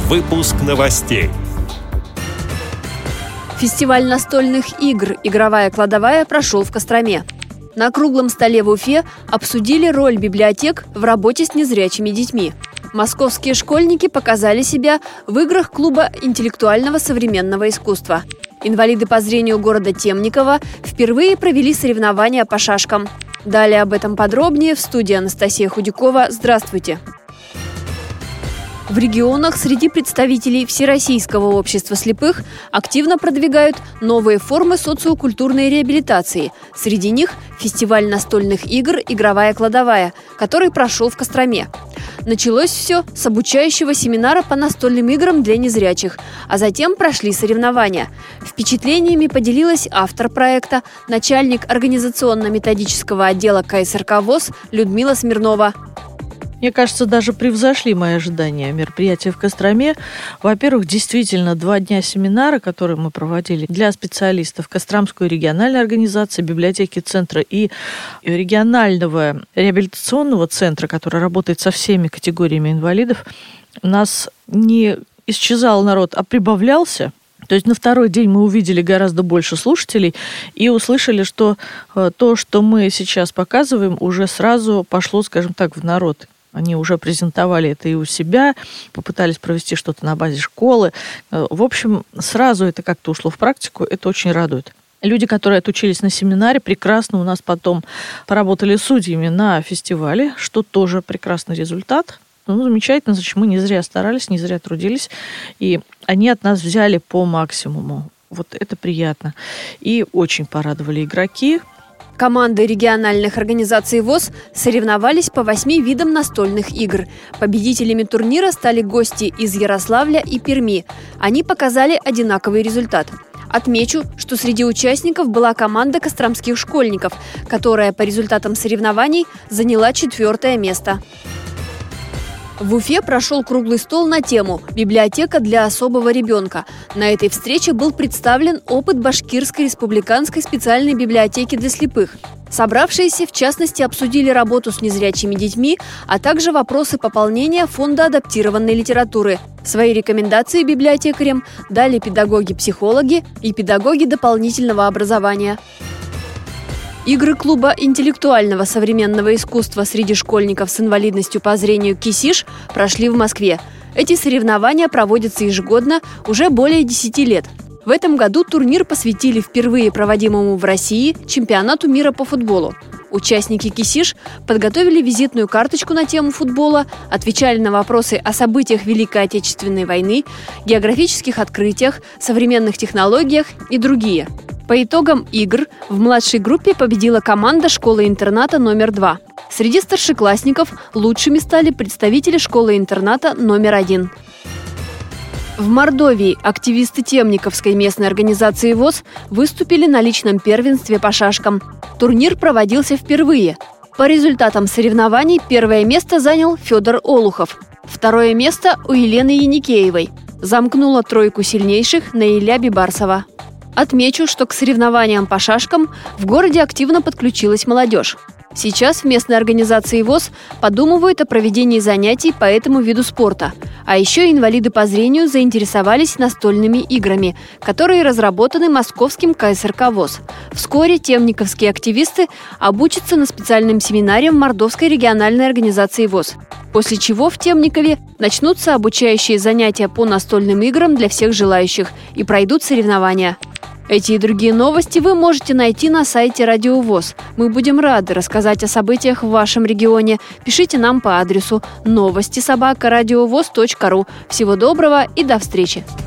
Выпуск новостей. Фестиваль настольных игр «Игровая кладовая» прошел в Костроме. На круглом столе в Уфе обсудили роль библиотек в работе с незрячими детьми. Московские школьники показали себя в играх клуба интеллектуального современного искусства. Инвалиды по зрению города Темникова впервые провели соревнования по шашкам. Далее об этом подробнее в студии Анастасия Худякова. Здравствуйте! В регионах среди представителей Всероссийского общества слепых активно продвигают новые формы социокультурной реабилитации. Среди них фестиваль настольных игр «Игровая кладовая», который прошел в Костроме. Началось все с обучающего семинара по настольным играм для незрячих, а затем прошли соревнования. Впечатлениями поделилась автор проекта, начальник организационно-методического отдела КСРК ВОС Людмила Смирнова. Мне кажется, даже превзошли мои ожидания мероприятия в Костроме. Во-первых, действительно, 2 дня семинара, которые мы проводили для специалистов Костромской региональной организации, библиотеки центра и регионального реабилитационного центра, который работает со всеми категориями инвалидов, у нас не исчезал народ, а прибавлялся. То есть на второй день мы увидели гораздо больше слушателей и услышали, что то, что мы сейчас показываем, уже сразу пошло, скажем так, в народ. Они уже презентовали это и у себя, попытались провести что-то на базе школы. В общем, сразу это как-то ушло в практику, это очень радует. Люди, которые отучились на семинаре, прекрасно у нас потом поработали судьями на фестивале, что тоже прекрасный результат. Ну, замечательно, значит, мы не зря старались, не зря трудились, и они от нас взяли по максимуму. Вот это приятно. И очень порадовали игроки. Команды региональных организаций ВОС соревновались по 8 видам настольных игр. Победителями турнира стали гости из Ярославля и Перми. Они показали одинаковый результат. Отмечу, что среди участников была команда костромских школьников, которая по результатам соревнований заняла 4-е место. В Уфе прошел круглый стол на тему «Библиотека для особого ребенка». На этой встрече был представлен опыт Башкирской республиканской специальной библиотеки для слепых. Собравшиеся, в частности, обсудили работу с незрячими детьми, а также вопросы пополнения фонда адаптированной литературы. Свои рекомендации библиотекарям дали педагоги-психологи и педагоги дополнительного образования. Игры клуба интеллектуального современного искусства среди школьников с инвалидностью по зрению «Кисиш» прошли в Москве. Эти соревнования проводятся ежегодно уже более 10 лет. В этом году турнир посвятили впервые проводимому в России чемпионату мира по футболу. Участники «Кисиш» подготовили визитную карточку на тему футбола, отвечали на вопросы о событиях Великой Отечественной войны, географических открытиях, современных технологиях и другие. По итогам игр в младшей группе победила команда школы-интерната номер 2. Среди старшеклассников лучшими стали представители школы-интерната номер 1. В Мордовии активисты Темниковской местной организации ВОС выступили на личном первенстве по шашкам. Турнир проводился впервые. По результатам соревнований 1-е место занял Федор Олухов. 2-е место у Елены Яникеевой. Замкнула тройку сильнейших Наиля Бибарсова. Отмечу, что к соревнованиям по шашкам в городе активно подключилась молодежь. Сейчас в местной организации ВОС подумывают о проведении занятий по этому виду спорта. А еще инвалиды по зрению заинтересовались настольными играми, которые разработаны московским КСРК ВОС. Вскоре темниковские активисты обучатся на специальном семинаре в Мордовской региональной организации ВОС. После чего в Темникове начнутся обучающие занятия по настольным играм для всех желающих и пройдут соревнования. Эти и другие новости вы можете найти на сайте Радио ВОС. Мы будем рады рассказать о событиях в вашем регионе. Пишите нам по адресу новости@радиовоз.ру. Всего доброго и до встречи!